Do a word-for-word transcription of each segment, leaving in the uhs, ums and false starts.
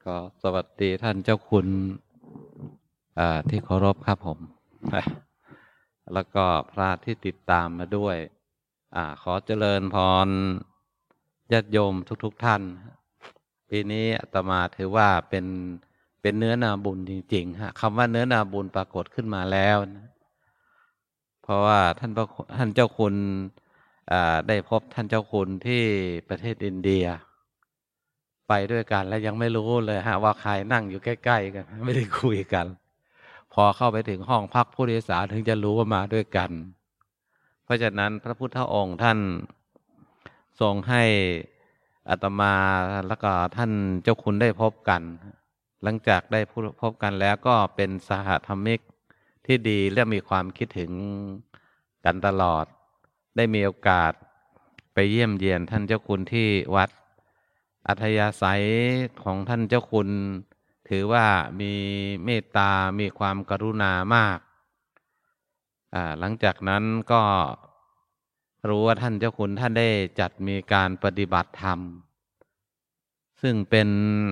ก็สวัสดีท่านเจ้าคุณที่เคารพครับผมแล้วก็พระที่ติดตามมาด้วยอขอเจริญพรญาติโยมทุกๆ ท่านปีนี้อาตมาถือว่าเป็นเป็นเนื้อนาบุญจริงๆฮะคำว่าเนื้อนาบุญปรากฏขึ้นมาแล้วนะเพราะว่าท่านพระท่านเจ้าคุณได้พบท่านเจ้าคุณที่ประเทศอินเดียไปด้วยกันแล้วยังไม่รู้เลยฮะว่าใครนั่งอยู่ใกล้ๆกันไม่ได้คุยกันพอเข้าไปถึงห้องพักผู้โดยสารถึงจะรู้ว่ามาด้วยกันเพราะฉะนั้นพระพุทธองค์ท่านทรงให้อาตมาแล้วก็ท่านเจ้าคุณได้พบกันหลังจากได้พบกันแล้วก็เป็นสหธรรมิกที่ดีและมีความคิดถึงกันตลอดได้มีโอกาสไปเยี่ยมเยียนท่านเจ้าคุณที่วัดอัธยาศัยของท่านเจ้าคุณถือว่ามีเมตตามีความกรุณามากหลังจากนั้นก็รู้ว่าท่านเจ้าคุณท่านได้จัดมีการปฏิบัติธรรมซึ่งเป็น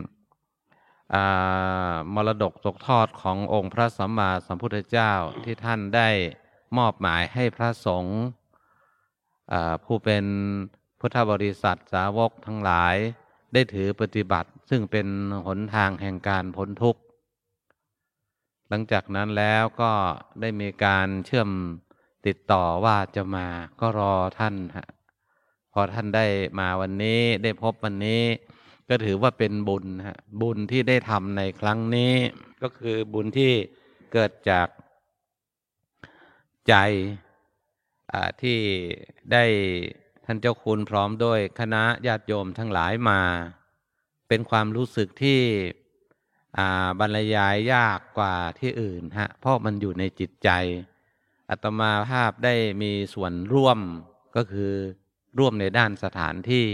มรดกตกทอดขององค์พระสัมมาสัมพุทธเจ้าที่ท่านได้มอบหมายให้พระสงฆ์ผู้เป็นพุทธบริษัทสาวกทั้งหลายได้ถือปฏิบัติซึ่งเป็นหนทางแห่งการพ้นทุกข์หลังจากนั้นแล้วก็ได้มีการเชื่อมติดต่อว่าจะมาก็รอท่านฮะพอท่านได้มาวันนี้ได้พบวันนี้ก็ถือว่าเป็นบุญฮะบุญที่ได้ทำในครั้งนี้ก็คือบุญที่เกิดจากใจที่ได้ท่านเจ้าคุณพร้อมด้วยคณะญาติโยมทั้งหลายมาเป็นความรู้สึกที่บรรยายยากกว่าที่อื่นฮะเพราะมันอยู่ในจิตใจอาตมาภาพได้มีส่วนร่วมก็คือร่วมในด้านสถานที่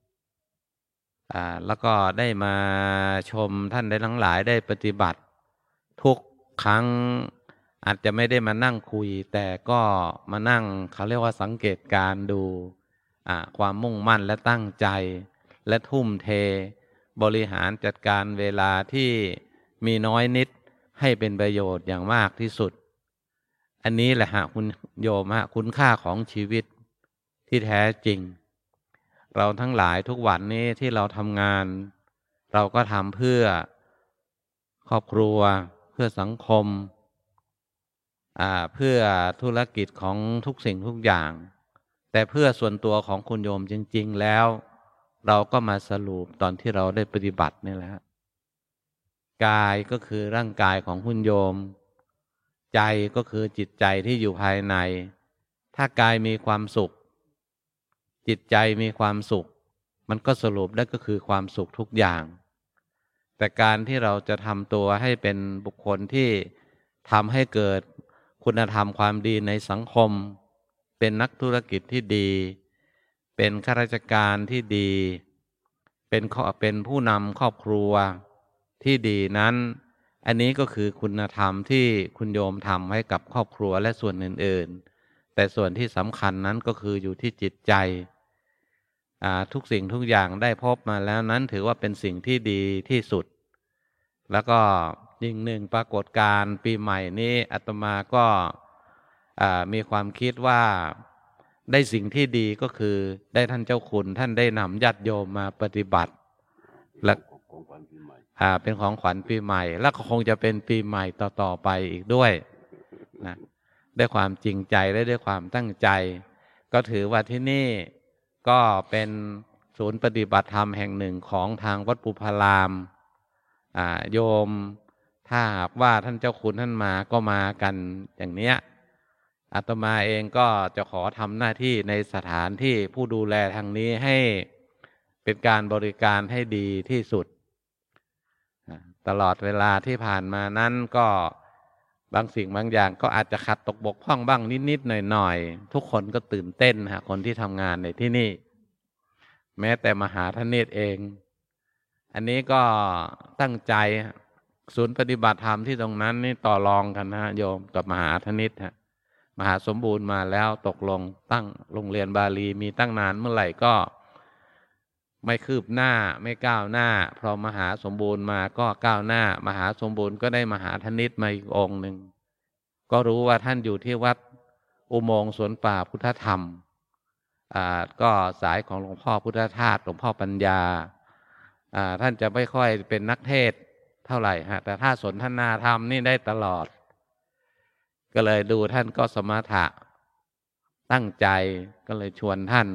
แล้วก็ได้มาชมท่านได้ทั้งหลายได้ปฏิบัติทุกครั้งอาจจะไม่ได้มานั่งคุยแต่ก็มานั่งเขาเรียกว่าสังเกตการดูความมุ่งมั่นและตั้งใจและทุ่มเทบริหารจัดการเวลาที่มีน้อยนิดให้เป็นประโยชน์อย่างมากที่สุดอันนี้แหละฮะคุณโยมฮะคุณค่าของชีวิตที่แท้จริงเราทั้งหลายทุกวันนี้ที่เราทำงานเราก็ทำเพื่อครอบครัวเพื่อสังคมอ่าเพื่อธุรกิจของทุกสิ่งทุกอย่างแต่เพื่อส่วนตัวของคุณโยมจริงๆแล้วเราก็มาสรุปตอนที่เราได้ปฏิบัตินี่แหละกายก็คือร่างกายของคุณโยมใจก็คือจิตใจที่อยู่ภายในถ้ากายมีความสุขจิตใจมีความสุขมันก็สรุปได้ก็คือความสุขทุกอย่างแต่การที่เราจะทำตัวให้เป็นบุคคลที่ทำให้เกิดคุณธรรมความดีในสังคมเป็นนักธุรกิจที่ดีเป็นข้าราชการที่ดีเป็นเป็นผู้นำครอบครัวที่ดีนั้นอันนี้ก็คือคุณธรรมที่คุณโยมทำให้กับครอบครัวและส่วนอื่นๆแต่ส่วนที่สำคัญนั้นก็คืออยู่ที่จิตใจทุกสิ่งทุกอย่างได้พบมาแล้วนั้นถือว่าเป็นสิ่งที่ดีที่สุดแล้วก็ยิ่งหนึ่งปรากฏการณ์ปีใหม่นี้อาตมาก็มีความคิดว่าได้สิ่งที่ดีก็คือได้ท่านเจ้าคุณท่านได้นำญาติโยมมาปฏิบัติและเป็นของขวัญปีใหม่และก็คงจะเป็นปีใหม่ต่อๆไปอีกด้วยนะด้วยความจริงใจและด้วยความตั้งใจก็ถือว่าที่นี่ก็เป็นศูนย์ปฏิบัติธรรมแห่งหนึ่งของทางวัดปุพารามโยมถ้าหากว่าท่านเจ้าคุณท่านมาก็มากันอย่างเนี้ยอาตมาเองก็จะขอทำหน้าที่ในสถานที่ผู้ดูแลทางนี้ให้เป็นการบริการให้ดีที่สุดตลอดเวลาที่ผ่านมานั้นก็บางสิ่งบางอย่างก็อาจจะขัดตกบกพร่องบ้างนิดๆหน่อยๆทุกคนก็ตื่นเต้นฮะคนที่ทำงานในที่นี่แม้แต่มหาธเนศเองอันนี้ก็ตั้งใจศูนย์ปฏิบัติธรรมที่ตรงนั้นนี่ต่อรองกันนะโยมกับมหาธนิตฮะมหาสมบูรณ์มาแล้วตกลงตั้งโรงเรียนบาลีมีตั้งนานเมื่อไหร่ก็ไม่คืบหน้าไม่ก้าวหน้าพอมหาสมบูรณ์มาก็ก้าวหน้ามหาสมบูรณ์ก็ได้มหาธนิตมาอีกองค์หนึ่งก็รู้ว่าท่านอยู่ที่วัดอุโมงค์สวนป่าพุทธธรรมอ่าก็สายของหลวงพ่อพุทธทาสหลวงพ่อปัญญาอ่าท่านจะไม่ค่อยเป็นนักเทศน์เท่าไหร่ฮะแต่ถ้าสนทนาธรรมนี่ได้ตลอดก็เลยดูท่านก็สมถะตั้งใจก็เลยชวนท่าน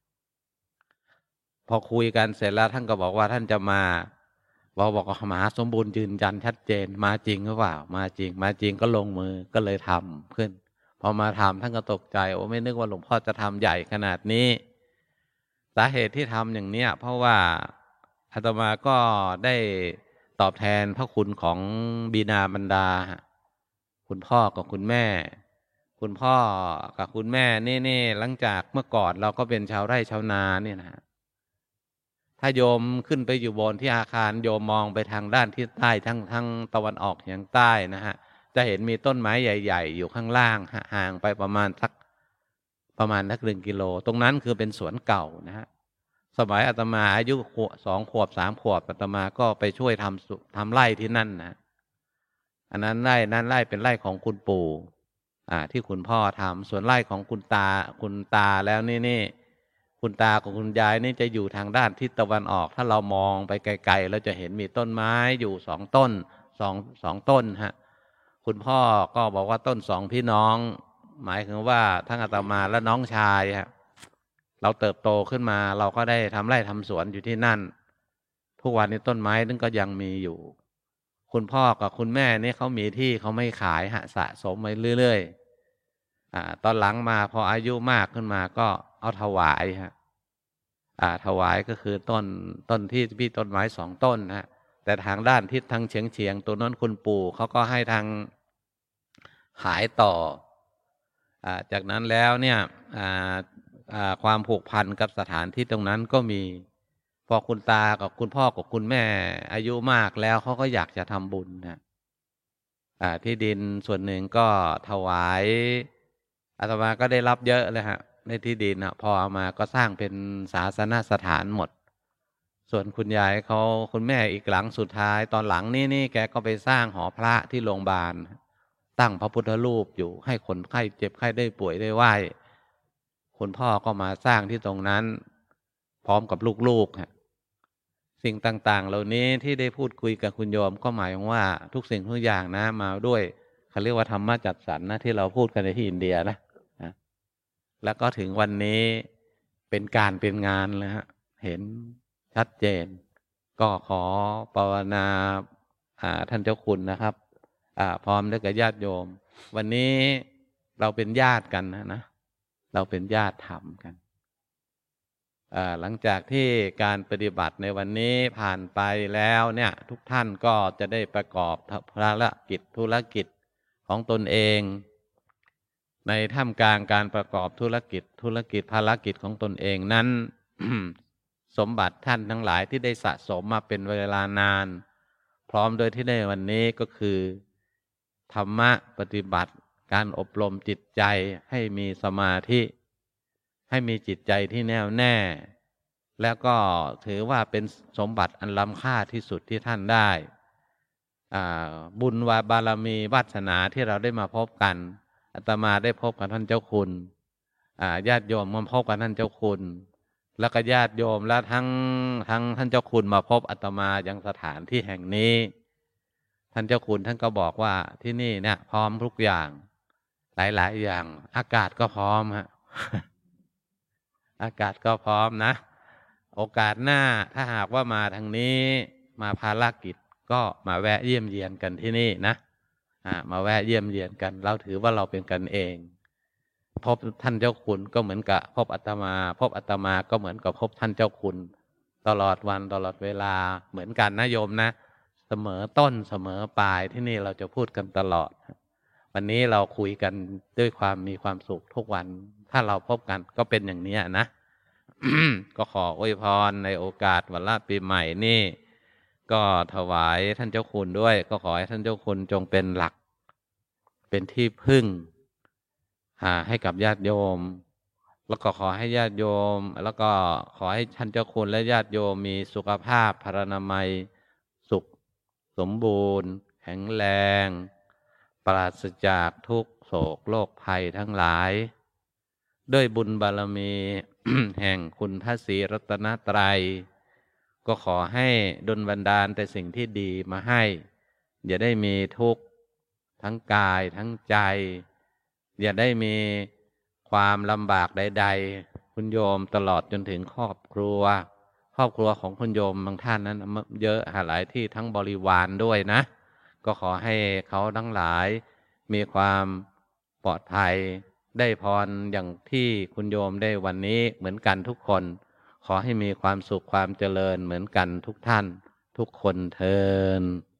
พอคุยกันเสร็จแล้วท่านก็บอกว่าท่านจะมาบอกบอกมหาสมบูรณ์ยืนยันชัดเจนมาจริงหรือเปล่ามาจริงมาจริงก็ลงมือก็เลยทำขึ้นพอมาทำท่านก็ตกใจโอ้ไม่นึกว่าหลวงพ่อจะทำใหญ่ขนาดนี้สาเหตุที่ทำอย่างเนี้ยเพราะว่าอาตมาก็ได้ตอบแทนพระคุณของบิดามารดาคุณพ่อกับคุณแม่คุณพ่อกับคุณแม่นี่นี่หลังจากเมื่อก่อนเราก็เป็นชาวไร่ชาวนาเนี่ยนะถ้าโยมขึ้นไปอยู่บนที่อาคารโยมมองไปทางด้านทิศใต้ทั้งทั้งตะวันออกเฉียงใต้นะฮะจะเห็นมีต้นไม้ใหญ่ๆอยู่ข้างล่างห่างไปประมาณสักประมาณนักหนึ่งกิโลตรงนั้นคือเป็นสวนเก่านะฮะสมัยอาตมาอายุสองขวบสามขวบอาตมาก็ไปช่วยทำทำไร่ที่นั่นนะอันนั้นไร่นั้นไร่เป็นไร่ของคุณปู่อ่าที่คุณพ่อทำส่วนไร่ของคุณตาคุณตาแล้วนี่นี่คุณตากับคุณยายนี่จะอยู่ทางด้านทิศตะวันออกถ้าเรามองไปไกลๆเราจะเห็นมีต้นไม้อยู่สองต้นสองสองต้นฮะคุณพ่อก็บอกว่าต้นสองพี่น้องหมายถึงว่าทั้งอาตมาและน้องชายฮะเราเติบโตขึ้นมาเราก็ได้ทำไร่ทำสวนอยู่ที่นั่นทุกวันนี้ต้นไม้นั่นก็ยังมีอยู่คุณพ่อกับคุณแม่นี่เขามีที่เขาไม่ขายฮะสะสมไว้เรื่อยๆอ่าตอนหลังมาพออายุมากขึ้นมาก็เอาถวายฮะอ่าถวายก็คือต้นต้นที่พี่ต้นไม้สองต้นฮะแต่ทางด้านทิศทางเฉียงเฉียงตัวนั้นคุณปู่เขาก็ให้ทางขายต่ออ่าจากนั้นแล้วเนี่ยอ่าอ่าความผูกพันกับสถานที่ตรงนั้นก็มีพอคุณตากับคุณพ่อกับคุณแม่อายุมากแล้วเขาก็อยากจะทำบุญนะอ่าที่ดินส่วนหนึ่งก็ถวายอาตมาก็ได้รับเยอะเลยฮะในที่ดินนะพอเอามาก็สร้างเป็นศาสนสถานหมดส่วนคุณยายเขาคุณแม่อีกหลังสุดท้ายตอนหลังนี่นี่แกก็ไปสร้างหอพระที่โรงพยาบาลตั้งพระพุทธรูปอยู่ให้คนไข้เจ็บไข้ได้ป่วยได้ไหว้คุณพ่อก็มาสร้างที่ตรงนั้นพร้อมกับลูกๆฮะสิ่งต่างๆเหล่านี้ที่ได้พูดคุยกับคุณโยมก็หมายถึงว่าทุกสิ่งทุกอย่างนะมาด้วยเขาเรียกว่าธรรมะจัดสรรนะที่เราพูดกันในที่อินเดียนะนะแล้วก็ถึงวันนี้เป็นการเป็นงานแล้วฮะเห็นชัดเจนก็ขอภาวนาท่านเจ้าคุณนะครับพร้อมด้วยกับญาติโยมวันนี้เราเป็นญาติกันนะนะเราเป็นญาติธรรมกันหลังจากที่การปฏิบัติในวันนี้ผ่านไปแล้วเนี่ยทุกท่านก็จะได้ประกอบภารกิจธุรกิจของตนเองในท่ามกลางการประกอบธุรกิจธุรกิจภารกิจของตนเองนั้น สมบัติท่านทั้งหลายที่ได้สะสมมาเป็นเวลานานพร้อมโดยที่ในวันนี้ก็คือธรรมะปฏิบัติการอบรมจิตใจให้มีสมาธิให้มีจิตใจที่แน่วแน่แล้วก็ถือว่าเป็นสมบัติอันล้ำค่าที่สุดที่ท่านได้บุญวาบารมีวาสนาที่เราได้มาพบกันอาตมาได้พบกับท่านเจ้าคุณญาติโยมมาพบกับท่านเจ้าคุณแล้วก็ญาติโยมและทั้งทั้งท่านเจ้าคุณมาพบอาตมายังสถานที่แห่งนี้ท่านเจ้าคุณท่านก็บอกว่าที่นี่เนี่ยพร้อมทุกอย่างหลายๆอย่างอากาศก็พร้อมฮะ อากาศก็พร้อมนะโอกาสหน้าถ้าหากว่ามาทางนี้มาภารกิจก็มาแวะเยี่ยมเยียนกันที่นี่นะมาแวะเยี่ยมเยียนกันเราถือว่าเราเป็นกันเองพบท่านเจ้าคุณก็เหมือนกับพบอาตมาพบอาตมาก็เหมือนกับพบท่านเจ้าคุณตลอดวันตลอดเวลาเหมือนกันนะโยมนะเสมอต้นเสมอปลายที่นี่เราจะพูดกันตลอดวันนี้เราคุยกันด้วยความมีความสุขทุกวันถ้าเราพบกันก็เป็นอย่างนี้นะ ก็ขออวยพรในโอกาสวันละปีใหม่นี่ก็ถวายท่านเจ้าคุณด้วยก็ขอให้ท่านเจ้าคุณจงเป็นหลักเป็นที่พึ่งให้กับญาติโยมแล้วก็ขอให้ญาติโยม แล้วก็ขอให้ท่านเจ้าคุณและญาติโยมมีสุขภาพพรรณนามัยสุขสมบูรณ์แข็งแรงปราศจากทุกโศกโรคภัยทั้งหลายด้วยบุญบารมี แห่งคุณพระศรีรัตนตรัยก็ขอให้ดลบันดาลแต่สิ่งที่ดีมาให้อย่าได้มีทุกข์ทั้งกายทั้งใจอย่าได้มีความลำบากใดๆคุณโยมตลอดจนถึงครอบครัวครอบครัวของคุณโยมบางท่านนั้นเยอะหลายที่ทั้งบริวารด้วยนะก็ขอให้เขาทั้งหลายมีความปลอดภัยได้พรอย่างที่คุณโยมได้วันนี้เหมือนกันทุกคนขอให้มีความสุขความเจริญเหมือนกันทุกท่านทุกคนเทอญ